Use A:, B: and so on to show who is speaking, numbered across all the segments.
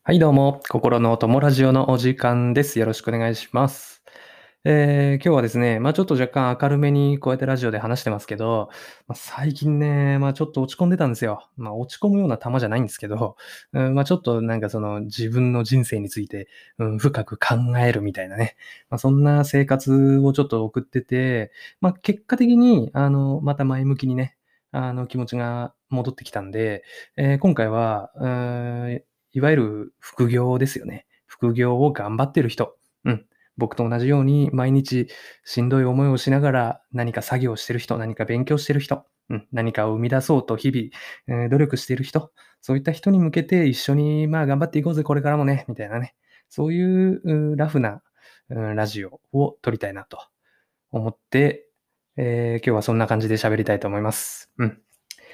A: はい、どうも。心の友ラジオのお時間です。よろしくお願いします。今日はですね、ちょっと若干明るめにこうやってラジオで話してますけど、最近ね、ちょっと落ち込んでたんですよ。落ち込むような玉じゃないんですけど、ちょっとなんかその自分の人生について、深く考えるみたいなね、そんな生活をちょっと送ってて、結果的にまた前向きにね、気持ちが戻ってきたんで、今回は、いわゆる副業ですよね。副業を頑張ってる人。うん。僕と同じように毎日しんどい思いをしながら何か作業してる人、何か勉強してる人、何かを生み出そうと日々、努力している人、そういった人に向けて一緒に頑張っていこうぜ、これからもね、みたいなね。そういう、ラフな、ラジオを撮りたいなと思って、今日はそんな感じで喋りたいと思います。うん。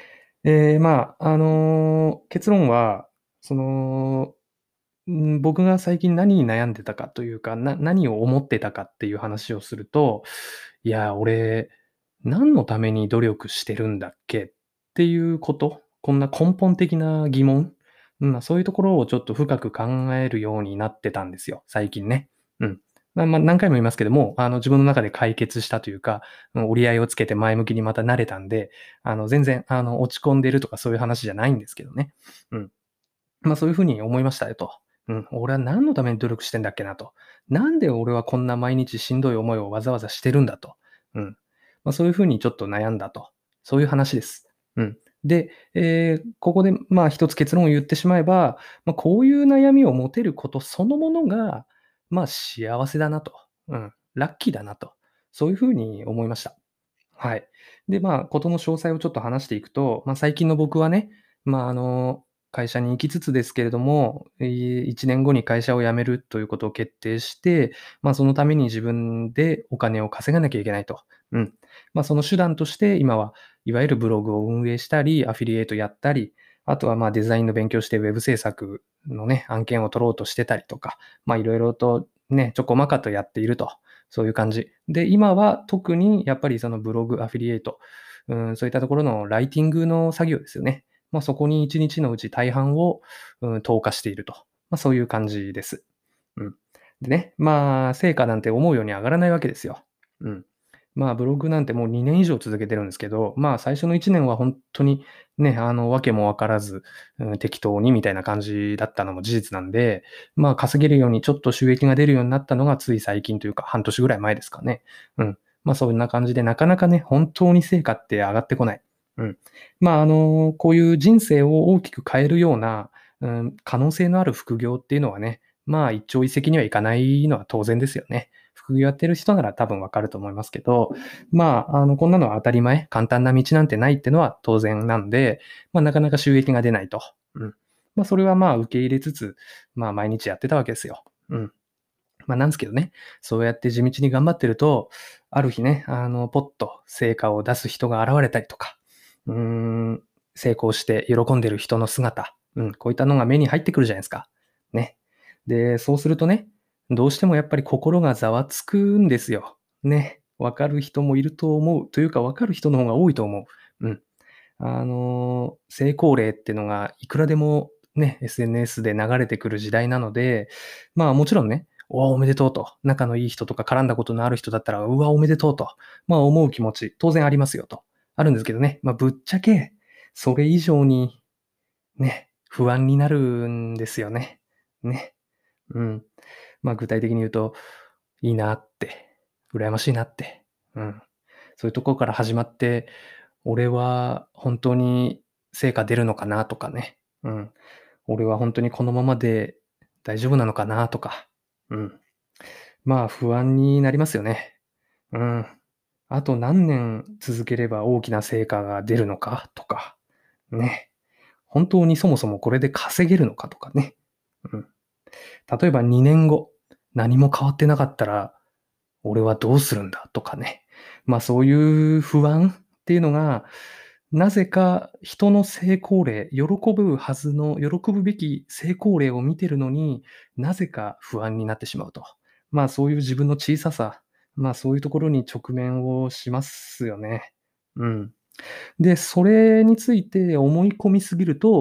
A: 結論は、その、僕が最近何に悩んでたかというか、何を思ってたかっていう話をすると、いや、俺、何のために努力してるんだっけっていうこと、こんな根本的な疑問、そういうところをちょっと深く考えるようになってたんですよ、最近ね。うん。何回も言いますけども、自分の中で解決したというか、折り合いをつけて前向きにまた慣れたんで、全然、落ち込んでるとかそういう話じゃないんですけどね。うん。そういう風に思いましたよと。俺は何のために努力してんだっけなと。なんで俺はこんな毎日しんどい思いをわざわざしてるんだと。うん。そういう風にちょっと悩んだと。そういう話です。うん。で、ここで一つ結論を言ってしまえば、こういう悩みを持てることそのものが、幸せだなと。ラッキーだなと。そういう風に思いました。はい。で、事の詳細をちょっと話していくと、最近の僕はね、会社に行きつつですけれども、1年後に会社を辞めるということを決定して、そのために自分でお金を稼がなきゃいけないと。うん。その手段として今はいわゆるブログを運営したり、アフィリエイトやったり、あとはデザインの勉強してウェブ制作のね、案件を取ろうとしてたりとか、いろいろとね、ちょこまかとやっていると。そういう感じ。で、今は特にやっぱりそのブログ、アフィリエイト、そういったところのライティングの作業ですよね。そこに1日のうち大半を、投下していると。そういう感じです。うん。でね、成果なんて思うように上がらないわけですよ。うん。ブログなんてもう2年以上続けてるんですけど、最初の1年はほんとにね、わけも分からず、適当にみたいな感じだったのも事実なんで、稼げるようにちょっと収益が出るようになったのがつい最近というか、半年ぐらい前ですかね。うん。そんな感じでなかなかね、本当に成果って上がってこない。うん。こういう人生を大きく変えるような、可能性のある副業っていうのはね、一朝一夕にはいかないのは当然ですよね。副業やってる人なら多分わかると思いますけど、こんなのは当たり前、簡単な道なんてないってのは当然なんで、なかなか収益が出ないと。うん。それは受け入れつつ、毎日やってたわけですよ。うん。なんですけどね、そうやって地道に頑張ってると、ある日ね、ポッと成果を出す人が現れたりとか、うーん、成功して喜んでる人の姿、こういったのが目に入ってくるじゃないですか。ね。で、そうするとね、どうしてもやっぱり心がざわつくんですよ。ね。わかる人もいると思う。というか、わかる人の方が多いと思う。うん。成功例ってのがいくらでもね、SNS で流れてくる時代なので、もちろんね、おめでとうと。仲のいい人とか絡んだことのある人だったら、うわ、おめでとうと、思う気持ち、当然ありますよと。あるんですけどね、ぶっちゃけ、それ以上にね、不安になるんですよね。ね。うん。具体的に言うと、いいなって、羨ましいなって、そういうところから始まって、俺は本当に成果出るのかなとかね。俺は本当にこのままで大丈夫なのかなとか。うん。不安になりますよね。うん。あと何年続ければ大きな成果が出るのかとか。ね。本当にそもそもこれで稼げるのかとかね。うん。例えば2年後、何も変わってなかったら、俺はどうするんだとかね。そういう不安っていうのが、なぜか人の成功例、喜ぶべき成功例を見てるのに、なぜか不安になってしまうと。そういう自分の小ささ、そういうところに直面をしますよね。うん。で、それについて思い込みすぎると、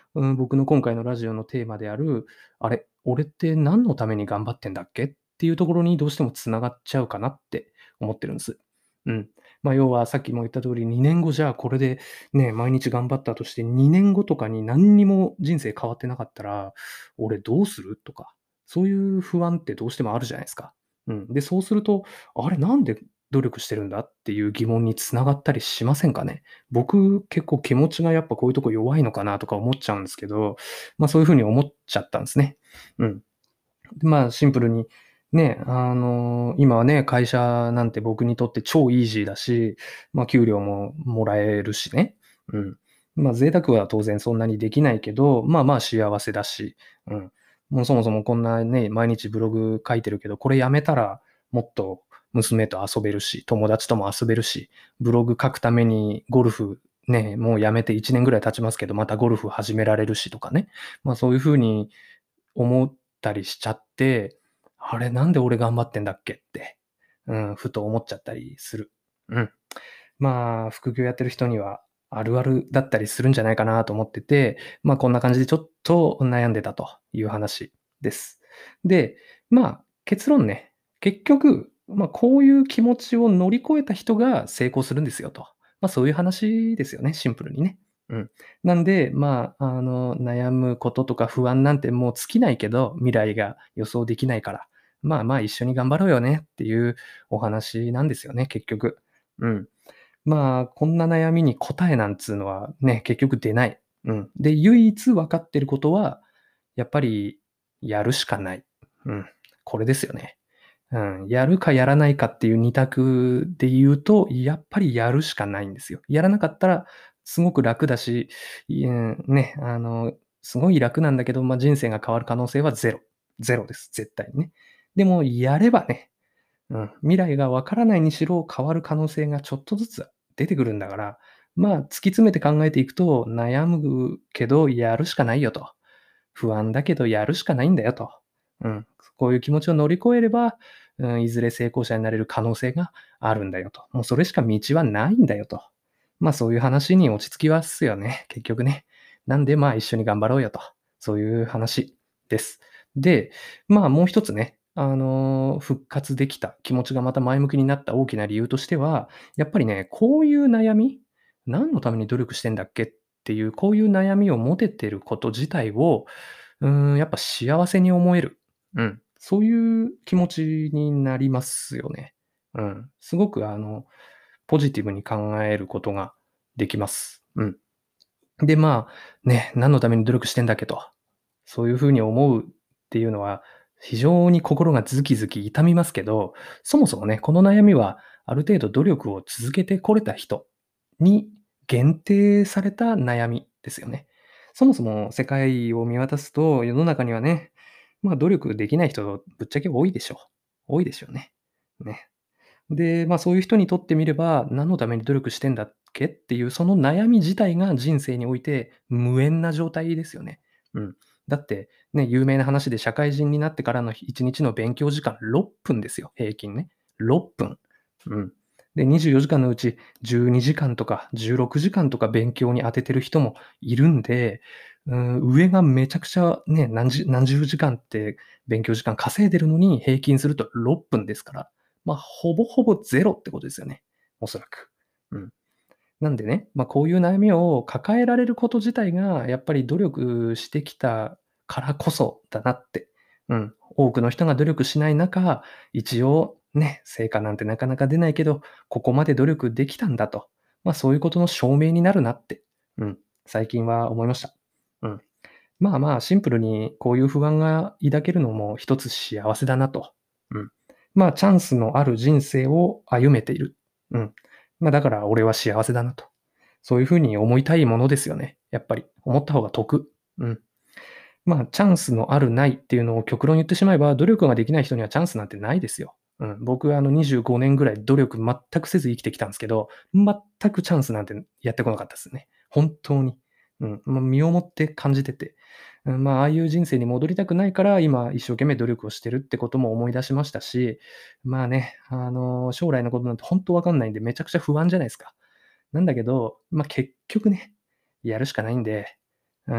A: 僕の今回のラジオのテーマである、あれ、俺って何のために頑張ってんだっけっていうところにどうしても繋がっちゃうかなって思ってるんです。うん。要はさっきも言った通り、2年後じゃあこれでね、毎日頑張ったとして、2年後とかに何にも人生変わってなかったら、俺どうする？とか、そういう不安ってどうしてもあるじゃないですか。うん。で、そうすると、あれ、なんで努力してるんだっていう疑問に繋がったりしませんかね？僕、結構気持ちがやっぱこういうとこ弱いのかなとか思っちゃうんですけど、そういう風に思っちゃったんですね。うん。で、シンプルに、ね、今はね、会社なんて僕にとって超イージーだし、給料ももらえるしね。うん。贅沢は当然そんなにできないけど、幸せだし、うん。もうそもそもこんなね、毎日ブログ書いてるけど、これやめたらもっと娘と遊べるし、友達とも遊べるし、ブログ書くためにゴルフね、もうやめて1年ぐらい経ちますけど、またゴルフ始められるしとかね。そういう風に思ったりしちゃって、あれ、なんで俺頑張ってんだっけって、ふと思っちゃったりする。うん。副業やってる人にはあるあるだったりするんじゃないかなと思ってて、こんな感じでちょっと悩んでたという話です。で、結論ね、結局、こういう気持ちを乗り越えた人が成功するんですよと。そういう話ですよね、シンプルにね。うん。なんで、悩むこととか不安なんてもう尽きないけど、未来が予想できないから、一緒に頑張ろうよねっていうお話なんですよね、結局。うん。こんな悩みに答えなんつうのはね、結局出ない。うん。で、唯一分かってることは、やっぱりやるしかない。うん。これですよね。うん。やるかやらないかっていう二択で言うと、やっぱりやるしかないんですよ。やらなかったらすごく楽だし、ね、すごい楽なんだけど、人生が変わる可能性はゼロ。ゼロです、絶対にね。でもやればね、未来がわからないにしろ、変わる可能性がちょっとずつ出てくるんだから、突き詰めて考えていくと、悩むけどやるしかないよと。不安だけどやるしかないんだよと。うん。こういう気持ちを乗り越えれば、いずれ成功者になれる可能性があるんだよと。もうそれしか道はないんだよと。そういう話に落ち着きますよね、結局ね。なんで、一緒に頑張ろうよと。そういう話です。で、もう一つね、復活できた、気持ちがまた前向きになった大きな理由としては、やっぱりね、こういう悩み、何のために努力してんだっけっていう、こういう悩みを持ててること自体を、やっぱ幸せに思える。うん。そういう気持ちになりますよね。うん。すごくポジティブに考えることができます。うん。で、ね、何のために努力してんだっけと。そういう風に思うっていうのは、非常に心がズキズキ痛みますけど、そもそもね、この悩みはある程度努力を続けてこれた人に限定された悩みですよね。そもそも世界を見渡すと、世の中にはね、努力できない人ぶっちゃけ多いでしょう。多いでしょうね。ね。で、そういう人にとってみれば、何のために努力してんだっけっていう、その悩み自体が人生において無縁な状態ですよね。うん。だって、ね、有名な話で社会人になってからの1日の勉強時間6分ですよ、平均ね。6分。うん。で、24時間のうち12時間とか16時間とか勉強に当ててる人もいるんで、上がめちゃくちゃね、何十時間って勉強時間稼いでるのに平均すると6分ですから。ほぼほぼゼロってことですよね。おそらく。うん。なんでね、こういう悩みを抱えられること自体が、やっぱり努力してきたからこそだなって。うん。多くの人が努力しない中、一応ね、成果なんてなかなか出ないけど、ここまで努力できたんだと。そういうことの証明になるなって、うん、最近は思いました。うん。シンプルにこういう不安が抱けるのも一つ幸せだなと。うん。チャンスのある人生を歩めている。うん。だから俺は幸せだなと。そういう風に思いたいものですよね。やっぱり。思った方が得。うん。チャンスのあるないっていうのを極論言ってしまえば、努力ができない人にはチャンスなんてないですよ。うん。僕は25年ぐらい努力全くせず生きてきたんですけど、全くチャンスなんてやってこなかったですね。本当に。うん。身をもって感じてて。ああいう人生に戻りたくないから、今一生懸命努力をしてるってことも思い出しましたし、将来のことなんて本当わかんないんで、めちゃくちゃ不安じゃないですか。なんだけど、結局ね、やるしかないんで、うん、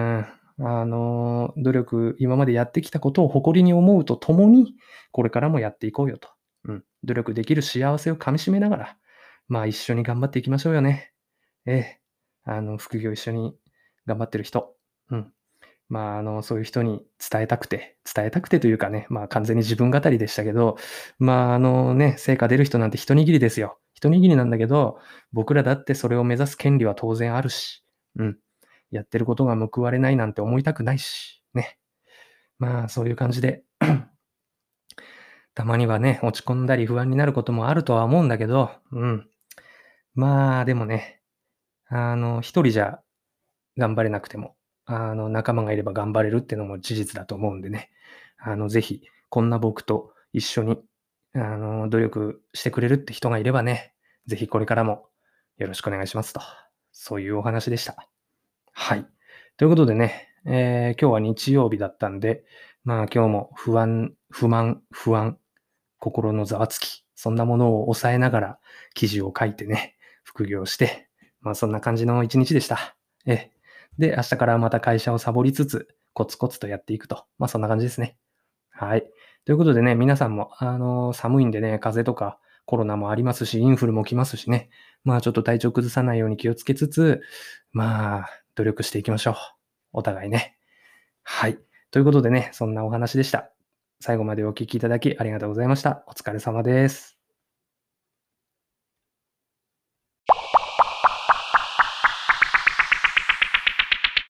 A: 努力、今までやってきたことを誇りに思うとともに、これからもやっていこうよと。努力できる幸せをかみしめながら、一緒に頑張っていきましょうよね。ええ。副業一緒に頑張ってる人、うん。そういう人に伝えたくてというかね、完全に自分語りでしたけど、成果出る人なんて一握りですよ。一握りなんだけど、僕らだってそれを目指す権利は当然あるし、うん。やってることが報われないなんて思いたくないし、ね。そういう感じで、たまにはね、落ち込んだり不安になることもあるとは思うんだけど、でもね、一人じゃ頑張れなくても、仲間がいれば頑張れるっていうのも事実だと思うんでね。ぜひ、こんな僕と一緒に、努力してくれるって人がいればね、ぜひこれからもよろしくお願いしますと。そういうお話でした。はい。ということでね、今日は日曜日だったんで、今日も不安、不満、不安、心のざわつき、そんなものを抑えながら記事を書いてね、副業して、そんな感じの一日でした。ええ。で、明日からまた会社をサボりつつ、コツコツとやっていくと。そんな感じですね。はい。ということでね、皆さんも、寒いんでね、風邪とかコロナもありますし、インフルも来ますしね。ちょっと体調崩さないように気をつけつつ、努力していきましょう。お互いね。はい。ということでね、そんなお話でした。最後までお聞きいただきありがとうございました。お疲れ様です。